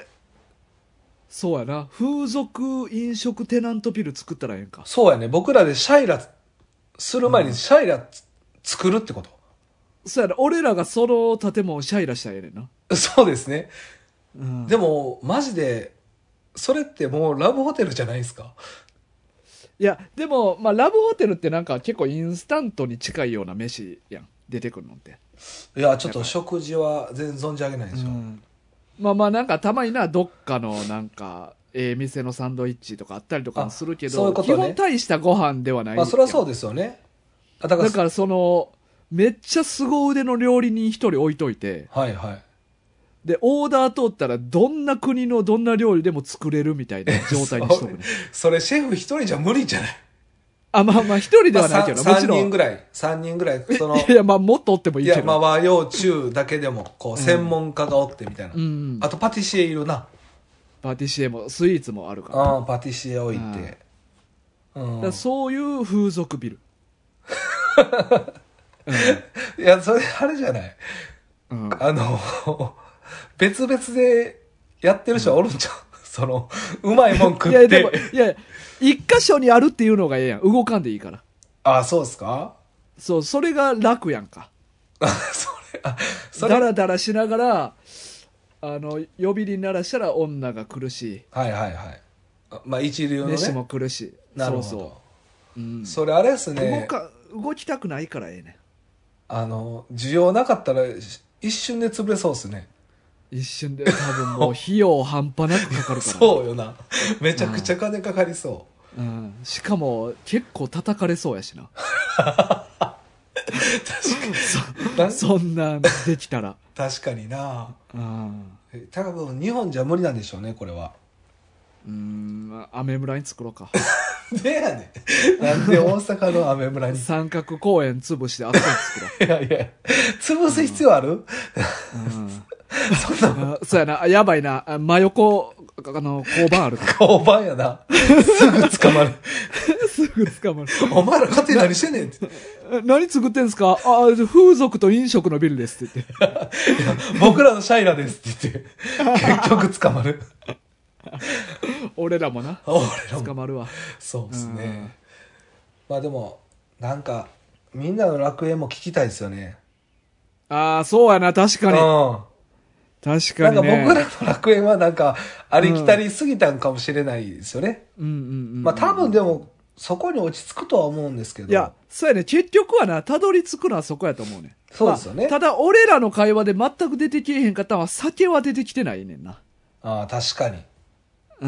やな。風俗飲食テナントビル作ったらええんか。 そうやね。僕らでシャイラする前にシャイラ作るってこと、 そうやな。俺らがその建物をシャイラしたらええねんな。 そうですね。でも、マジで、それってもうラブホテルじゃないですか。 いや、でも、まあ、ラブホテルってなんか結構インスタントに近いような飯やん。出てくるのって。 いや、ちょっと食事は全然存じ上げないんですよ。 まあまあなんかたまにな、どっかのなんか、店のサンドイッチとかあったりとかもするけど、そういうことね、基本大したご飯ではない。 まあそれはそうですよね。 だからその、めっちゃ凄腕の料理人一人置いといて、 はいはい。 で、オーダー通ったらどんな国のどんな料理でも作れるみたいな状態にしとくね。 それシェフ一人じゃ無理じゃない？ まあ一人ではないけど、 もちろん。3人ぐらい、その。 いや、まあもっとおってもいいけど。いや、 まあ和洋中だけでも、こう、専門家がおってみたいな。あとパティシエいるな。 パティシエも、スイーツもあるから。 パティシエ置いて。 だそういう風俗ビル。 いや、それあれじゃない。別々でやってる人おるんちゃう、その、うまいもん食って。 いや、一箇所にあるっていうのがええやん。動かんでいいから。 そうですか？ そう、それが楽やんか。ダラダラしながら、呼び鈴鳴らしたら女が来るし。 はいはいはい。まあ一流のね。 飯も来るし。 なるほど。そう。それあれですね。 動きたくないからええねん。 需要なかったら一瞬で潰れそうですね。 一瞬で多分もう費用半端なくかかるから。 そうよな。めちゃくちゃ金かかりそう。 しかも結構叩かれそうやしな。 確かに。 そんなんできたら。 確かにな。多分日本じゃ無理なんでしょうね、これは。 アメ村に作ろうか。 でやねん。なんで大阪のアメ村に。 三角公園潰してあそこに作ろう。いやいや、潰す必要ある？ そうやな、やばいな。真横、交番あるから。 交番やな。すぐ捕まる。 すぐ捕まる。 お前ら勝手に何してんねんって。 何作ってんすか？風俗と飲食のビルですって言って。 僕らのシャイラですって言って、結局捕まる。 俺らもな。捕まるわ。 そうですね。まあでも、なんか、みんなの楽園も聞きたいですよね。 そうやな、確かに。確かにね。 なんか僕らの楽園はなんか、ありきたりすぎたんかもしれないですよね。まあ多分でも、 そこに落ち着くとは思うんですけど。 いや、そうやね。結局はな、たどり着くのはそこやと思うね。 そうですよね。 ただ、俺らの会話で全く出てきえへんかったのは、酒は出てきてないねんな。 ああ、確かに。 うん。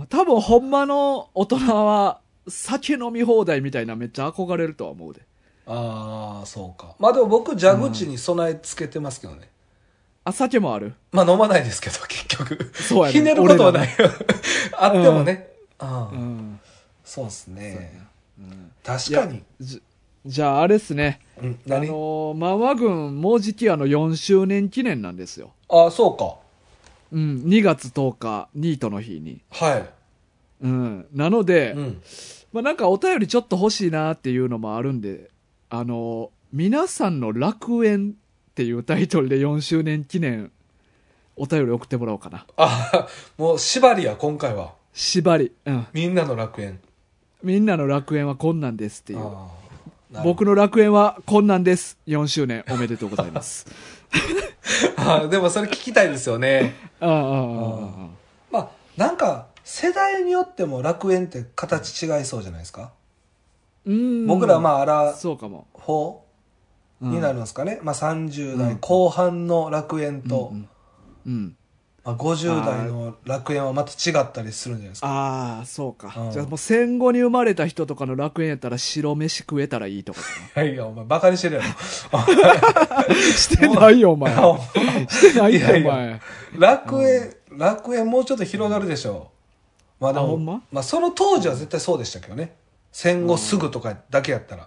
多分、ほんまの大人は、酒飲み放題みたいなめっちゃ憧れるとは思うで。 ああ、そうか。まあでも僕、蛇口に備え付けてますけどね。 あ、酒もある？ まあ飲まないですけど、結局。 そうやね。 ひねることはないよ。あってもね。そうですね。確かに。 じゃあ、あれっすね。 何？ ママ軍もうじき4周年記念なんですよ。 ああ、そうか。 2月10日、ニートの日に。 はい。 なので、まあなんかお便りちょっと欲しいなっていうのもあるんで、皆さんの楽園っていうタイトルで4周年記念、お便り送ってもらおうかな。 あ、もう縛りや、今回は。 縛り。 みんなの楽園。 みんなの楽園はこんなんですっていう。僕の楽園はこんなんです。4周年おめでとうございます。 でもそれ聞きたいですよね。まあ、なんか、世代によっても楽園って形違いそうじゃないですか。僕らはまあ、 そうかも。 4になるんですかね。まあ30代後半の楽園と、まあ、50代の楽園はまた違ったりするんじゃないですか。 ああ、そうか。じゃあもう戦後に生まれた人とかの楽園やったら白飯食えたらいいとかかな。いや、お前バカにしてるやろ。 してないよ、お前。してないよ、お前。 楽園もうちょっと広がるでしょう。まあでも、まあその当時は絶対そうでしたけどね。戦後すぐとかだけやったら。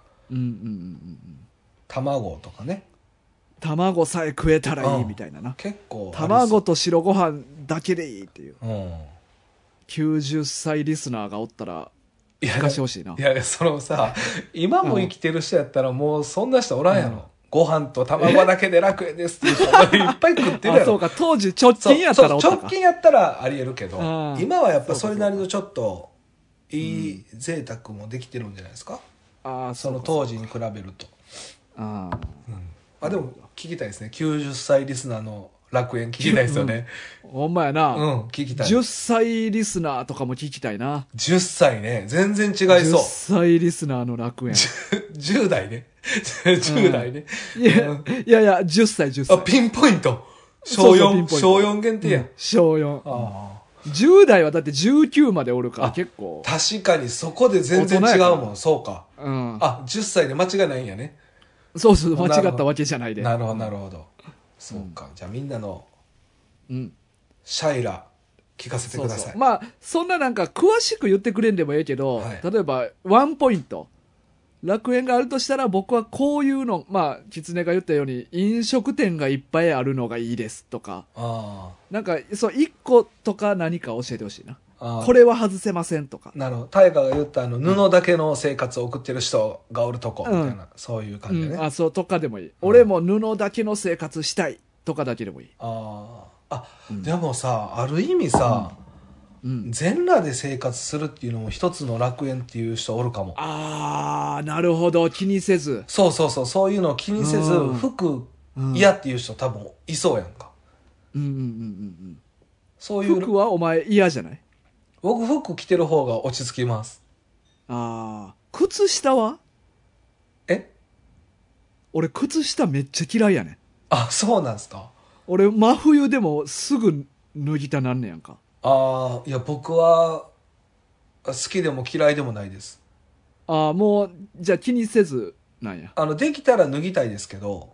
卵とかね。 卵さえ食えたらいいみたいなな。 結構。 卵と白ご飯だけでいいっていう。90歳リスナーがおったら、聞かしてほしいな。 いや、そのさ、今も生きてる人やったらもうそんな人おらんやろ。ご飯と卵だけで楽園ですっていう人いっぱい食ってるやろ。 そうか、当時直近やったらおったか。 直近やったらありえるけど、今はやっぱそれなりのちょっと、いい贅沢もできてるんじゃないですか。その当時に比べると。でも聞きたいですね。90歳リスナーの楽園聞きたいですよね。 ほんまやな。 聞きたい。 10歳リスナーとかも聞きたいな。 10歳ね。全然違いそう。 10歳リスナーの楽園。 10代ね。10代ね。 いや、10歳、10歳。 ピンポイント。小4限定や。 小4。10代はだって19までおるから結構。 確かにそこで全然違うもん。そうか。10歳で間違いないんやね。 そうそう、間違ったわけじゃないで。 なるほど、なるほど。そうか。じゃあみんなの、シャイラ、聞かせてください。 まあ、そんななんか詳しく言ってくれんでもええけど、例えば、ワンポイント。楽園があるとしたら僕はこういうの、まあ、狐が言ったように、飲食店がいっぱいあるのがいいですとか、なんか、そう、1個とか何か教えてほしいな。これは外せませんとか。 なるほど。大河が言った布だけの生活を送ってる人がおるとこ、みたいな、そういう感じでね。 そう、とかでもいい。俺も布だけの生活したいとかだけでもいい。 でもさ、ある意味さ、全裸で生活するっていうのも一つの楽園っていう人おるかも。 なるほど。気にせず。 そういうのを気にせず、服嫌っていう人多分いそうやんか。そういう。 服はお前嫌じゃない？ 僕服着てる方が落ち着きます。 靴下は？俺靴下めっちゃ嫌いやねん。 そうなんすか？ 俺真冬でもすぐ脱ぎたなんねやんか。 いや僕は好きでも嫌いでもないです。 もうじゃあ気にせずなんや。 できたら脱ぎたいですけど、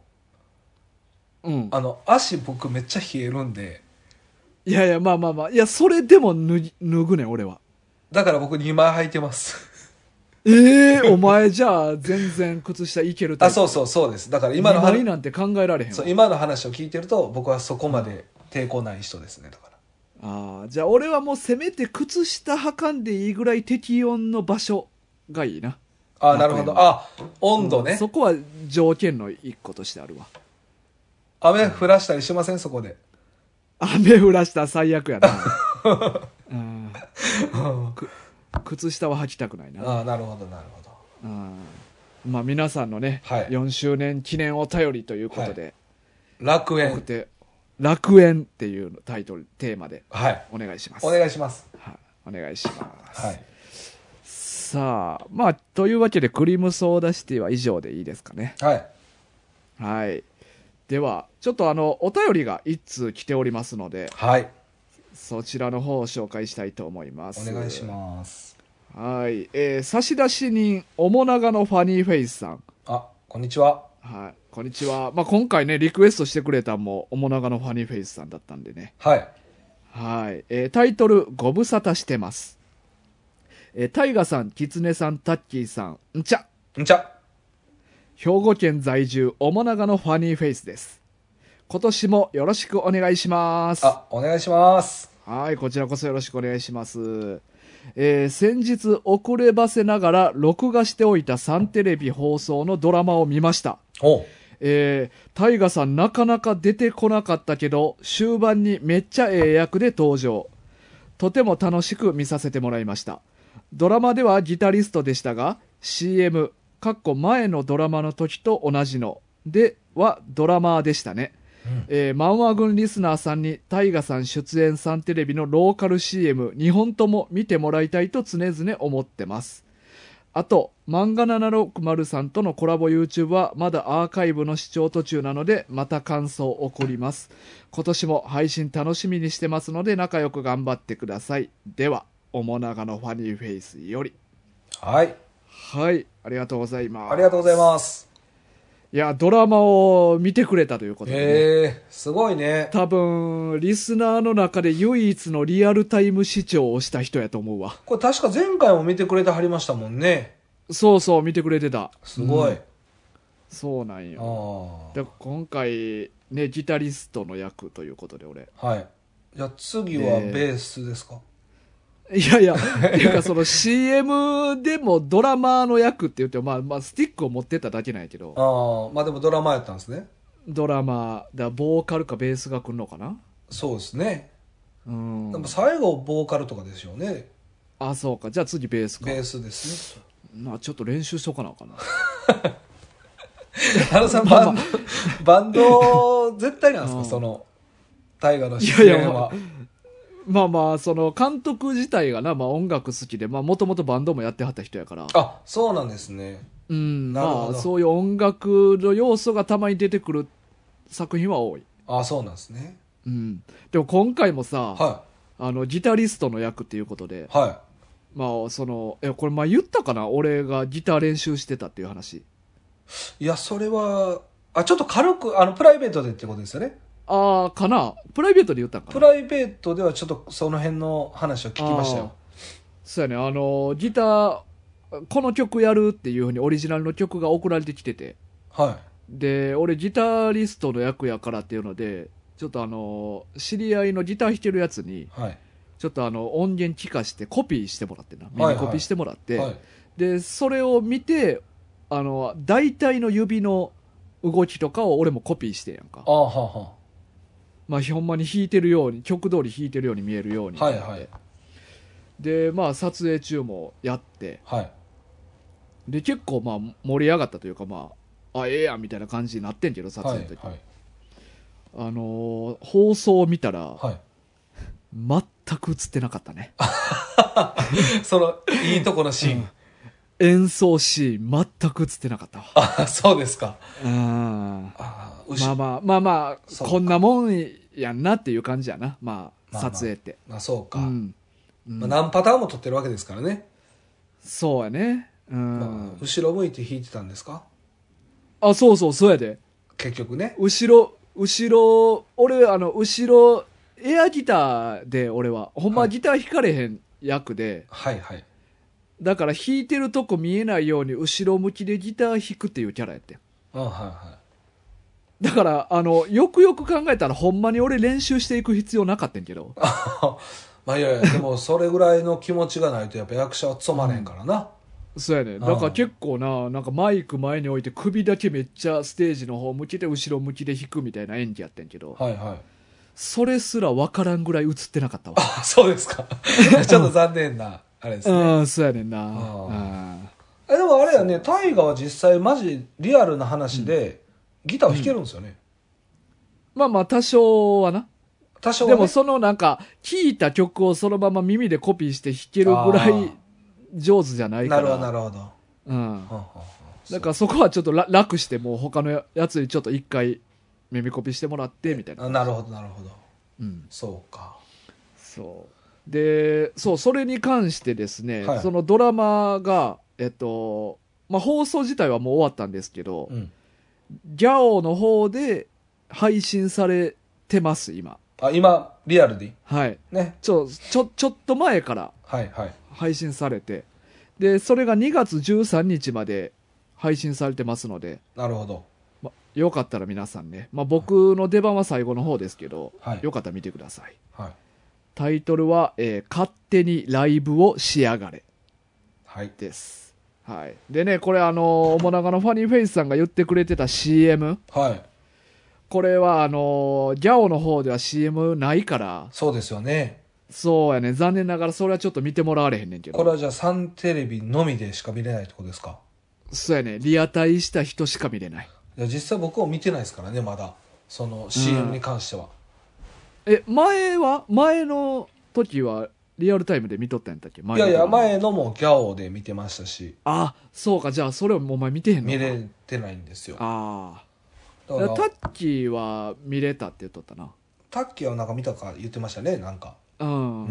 足僕めっちゃ冷えるんで。 いやまあいやそれでも脱ぐねん俺は。 だから僕2枚履いてます。 お前じゃあ全然靴下いけるタイプ。 そうです。だから今の 2枚なんて考えられへんわ。 今の話を聞いてると僕はそこまで抵抗ない人ですね。だからじゃあ俺はもうせめて靴下履かんでいいぐらい適温の場所がいいな。 なるほど。温度ね。 そこは条件の一個としてあるわ。 雨降らしたりしません？そこで雨降らしたら最悪やな。靴下は履きたくないな。 なるほど。 まあ皆さんのね、4周年記念お便りということで、 楽園楽園っていうタイトルテーマでお願いします。 お願いします。 お願いします。 さあ、まあ、というわけで、クリームソーダシティは以上でいいですかね。 はい。 はい。では、ちょっとお便りが一通来ておりますので、 はい。 そちらの方を紹介したいと思います。 お願いします。 はい。差出人、おもながのファニーフェイスさん。 あ、こんにちは。 はい。こんにちは。まあ、今回ね、リクエストしてくれたのも、おもながのファニーフェイスさんだったんでね。 はい。 はい。タイトル、ご無沙汰してます。タイガさん、キツネさん、タッキーさん、んちゃ。 んちゃ。 兵庫県在住、おもながのファニーフェイスです。今年もよろしくお願いします。 あ、お願いします。 はい、こちらこそよろしくお願いします。先日遅ればせながら録画しておいたサンテレビ放送のドラマを見ました。タイガさんなかなか出てこなかったけど、終盤にめっちゃええ役で登場。とても楽しく見させてもらいました。ドラマではギタリストでしたが、CM、前のドラマの時と同じのではドラマーでしたね。漫画軍リスナーさんにタイガさん出演サンテレビのローカル CM2 本とも見てもらいたいと常々思ってます。あと、漫画760さんとのコラボ YouTube はまだアーカイブの視聴途中なので、また感想を送ります。今年も配信楽しみにしてますので仲良く頑張ってください。では、おもながのファニーフェイスより。 はい。 はい、ありがとうございます。 ありがとうございます。 いや、ドラマを見てくれたということで、ね。 すごいね。 多分、リスナーの中で唯一のリアルタイム視聴をした人やと思うわ。 これ確か前回も見てくれてはりましたもんね。 そうそう、見てくれてた。 すごい。 そうなんよ。で今回、ね、ギタリストの役ということで、俺。 はい。じゃあ次はベースですか？ いやいや、っていうかその CM でもドラマーの役って言って、まあスティックを持ってっただけなんやけど。 まあでもドラマーやったんですね。 ドラマー、ボーカルかベースが来るのかな？ そうですね。 でも最後ボーカルとかですよね。 あ、そうか。じゃあ次ベースか。 ベースですね。ちょっと練習しとかなあかな。 さん、バンド絶対なんですか、その大河の出演は。 まあまあ、その監督自体がな、まあ音楽好きで、まあもともとバンドもやってはった人やから。 あ、そうなんですね。 まあそういう音楽の要素がたまに出てくる作品は多い。 あ、そうなんですね。 でも今回もさ、 はい、 ギタリストの役っていうことで、 はい、 まあその、これまあ言ったかな、俺がギター練習してたっていう話。 いや、それは、ちょっと軽く、プライベートでってことですよね。 かな、プライベートで言ったんかな。 プライベートではちょっとその辺の話を聞きましたよ。 そうやね、ギター、この曲やるっていうふうにオリジナルの曲が送られてきてて、 はい。 で、俺ギタリストの役やからっていうので、ちょっと知り合いのギター弾けるやつに、 はい、 ちょっと音源聞かしてコピーしてもらってな、耳コピーしてもらって、 はいはい、 で、それを見て、大体の指の動きとかを俺もコピーしてんやんか。まあ、ほんまに弾いてるように、曲通り弾いてるように見えるように。 はいはい。 で、まあ、撮影中もやって、 はい。 で、結構まあ、盛り上がったというか、まあ、ええやんみたいな感じになってんけど、撮影の時。はいはい、放送を見たら、はい、全く映ってなかったね。 その、いいとこのシーン。 演奏シーン全く映ってなかったわ。 あ、そうですか。 まあ、こんなもんやんなっていう感じやな。まあ、撮影って。 まあ、そうか。何パターンも撮ってるわけですからね。 そうやね。 後ろ向いて弾いてたんですか？ あ、そうやで。 結局ね。 後ろ、俺、後ろ、エアギターで俺は、ほんまギター弾かれへん役で、 はいはい。 だから弾いてるとこ見えないように後ろ向きでギター弾くっていうキャラやってん。 はいはい。 だからよくよく考えたらほんまに俺練習していく必要なかったんけど。 まあいやでもそれぐらいの気持ちがないとやっぱ役者は務まれんからな。 そうやね。だから結構なんかマイク前に置いて首だけめっちゃステージの方向けて後ろ向きで弾くみたいな演技やってんけど。 はいはい。 それすら分からんぐらい映ってなかったわ。 あ、そうですか。ちょっと残念な。あれですね。 そうやねんな。 でもあれやね、タイガは実際マジリアルな話で、ギターを弾けるんですよね。 まあまあ多少はな。 多少は、ね。 でもそのなんか、聴いた曲をそのまま耳でコピーして弾けるぐらい上手じゃないから。 なるほど。 うん。だからそこはちょっと楽して、もう他のやつにちょっと一回耳コピしてもらって、みたいな。 なるほど、なるほど。 うん。 そうか。 そう。で、それに関してですね、 はい、 そのドラマが、まあ、放送自体はもう終わったんですけど、 うん、 ギャオの方で配信されてます、今。 今、リアルで。 はい。 ね。 ちょっと前から配信されて、はいはい、で、それが2月13日まで配信されてますので。 なるほど。 よかったら皆さんね、まあ、僕の出番は最後の方ですけど、 はい、 よかったら見てください。 はい、 タイトルは、勝手にライブをしやがれ。 はい。 です。はい。でね、これおもながのファニーフェイスさんが言ってくれてた CM。 はい。 これはギャオの方では CM ないから。 そうですよね。 そうやね。残念ながらそれはちょっと見てもらわれへんねんけど。 これはじゃあサンテレビのみでしか見れないってことですか？ そうやね。リアタイした人しか見れない。 いや実際僕は見てないですからね、まだ。その CM に関しては。 前の時はリアルタイムで見とったんやったっけ？ いや、前のもギャオで見てましたし。 あ、そうか。じゃあそれをお前見てへんのか？ 見れてないんですよ。 ああ。タッキーは見れたって言っとったな。 タッキーはなんか見たか言ってましたね、なんか。 うん、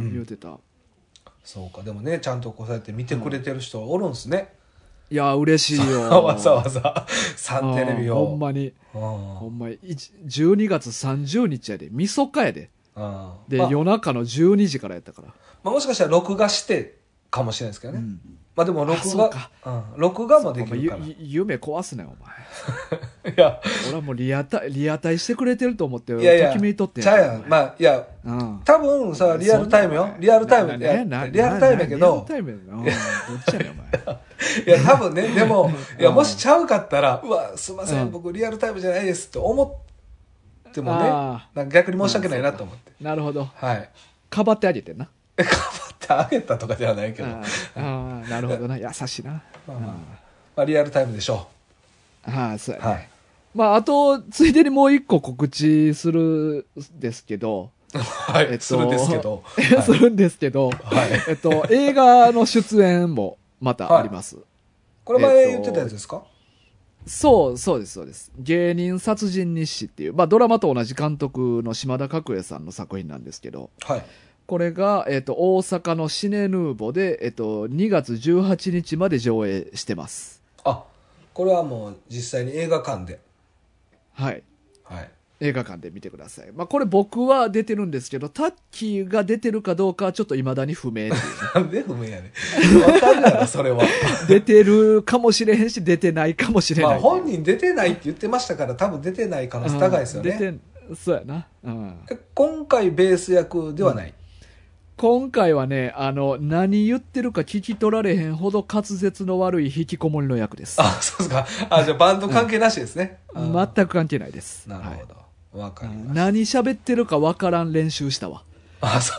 言ってた。 そうか。でもね、ちゃんとこうやって見てくれてる人おるんすね。 いや、嬉しいよ。 わざわざサンテレビを。 ほんまに。ほんまに。12月30日やで。みそかやで。で、夜中の12時からやったから。 まあ、もしかしたら録画してかもしれないですけどね。まあでも録画もできるから。 夢壊すね、お前。 いや。 俺はもうリアタイしてくれてると思って、ときめいとってんちゃうやん。まあ、いや、多分さ、リアルタイムよ。リアルタイムリアルタイムやけど。 リアルタイムやな。どっちやねん、お前。 いや、多分ね、でも、いや、もしちゃうかったら、うわ、すいません、僕リアルタイムじゃないですって思ってもね、なんか逆に申し訳ないなと思って。 なるほど。 はい。 かばってあげてんな。 かばってあげたとかではないけど。 なるほどな。優しいな。 まあ、リアルタイムでしょう。そうやね。まあ、あと、ついでにもう一個告知するんですけど。 はい、するんですけど。 するんですけど。映画の出演もまたあります。 これ前言ってたやつですか？ そうです。芸人殺人日誌っていう、まあドラマと同じ監督の島田角栄さんの作品なんですけど。 はい。 これが、大阪のシネヌーボで、2月18日まで上映してます。 あ、これはもう実際に映画館で。 はい。 はい。 映画館で見てください。まあこれ僕は出てるんですけど、タッキーが出てるかどうかはちょっと未だに不明っていう、ね。 なんで不明やねん。わかるやろ、それは。 出てるかもしれへんし、出てないかもしれない。 まあ本人出てないって言ってましたから、多分出てない可能性高いですよね。 そうやな。 今回ベース役ではない。 今回はね、何言ってるか聞き取られへんほど滑舌の悪い引きこもりの役です。 あ、そうですか。じゃあバンド関係なしですね。 全く関係ないです。 なるほど。わかりました。 何喋ってるかわからん練習したわ。 そう。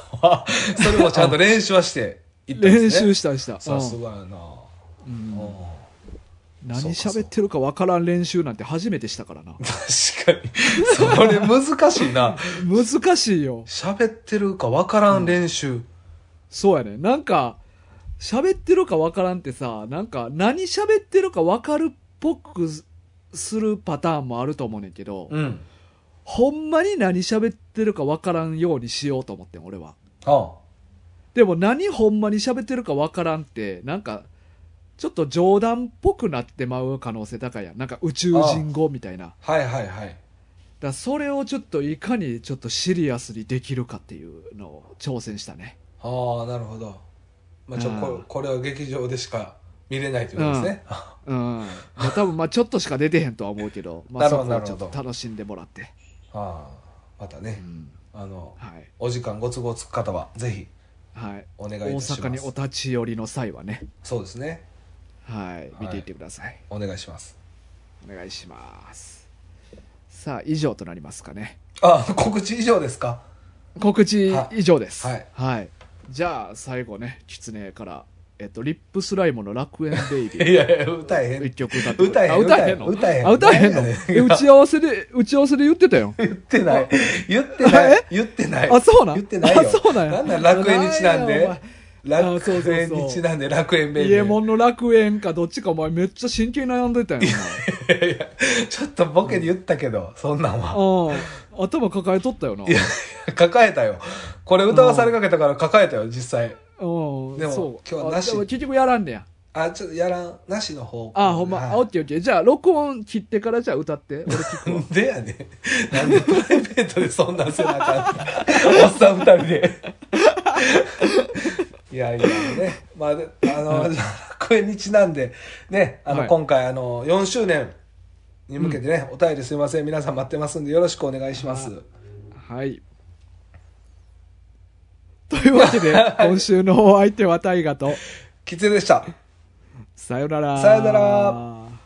それもちゃんと練習はしていったんですね。練習した。 さすがやな。 何喋ってるかわからん練習なんて初めてしたからな。 確かに。それ難しいな。 難しいよ。 喋ってるかわからん練習。 そうやね。なんか、喋ってるかわからんってさ、なんか何喋ってるかわかるっぽくするパターンもあると思うねんけど、ほんまに何喋ってるかわからんようにしようと思ってん、俺は。でも何ほんまに喋ってるかわからんって、なんか、ちょっと冗談っぽくなってまう可能性高いやん。なんか宇宙人語みたいな。 はい。 だそれをちょっといかにちょっとシリアスにできるかっていうのを挑戦したね。 なるほど。まあこれは劇場でしか見れないということですね。 多分ちょっとしか出てへんとは思うけど、そこをちょっと楽しんでもらって。 またね、お時間ご都合つく方はぜひお願いいたします。 大阪にお立ち寄りの際はね。 そうですね。 見ていってください。 お願いします。 さあ以上となりますかね。 告知以上ですか？ 告知以上です。じゃあ最後ね、キツネからリップスライムの楽園ベイビー。 いや歌えへん。 一曲歌って。 歌えへんの？ 歌えへんの？打ち合わせで言ってたよ。 言ってない。 あ、そうなん？ 言ってないよ。 そうなんや。 なんだ楽園にちなんで。 楽園にちなんで楽園ベイベー。 イエモンの楽園かどっちかお前めっちゃ真剣に悩んでたよな。いやいや、ちょっとボケで言ったけど、そんなんは。 頭抱えとったよな。 いや、抱えたよ。これ歌わされかけたから抱えたよ、実際。 でも、今日はなし。 結局やらんねや。 ちょっとやらん、なしの方。 ほんま。オッケーオッケー。じゃあ、録音切ってからじゃあ歌って。俺聞くわ。 なんでやねん。なんでプライベートでそんなんせなあかん。おっさん二人で。いやいやね。まあ、楽園にちなんで、ね、今回、4周年に向けてね、お便りすいません。皆さん待ってますんで、よろしくお願いします。 はい。というわけで、今週のお相手は大河と、 キツネでした。 さよなら。 さよなら。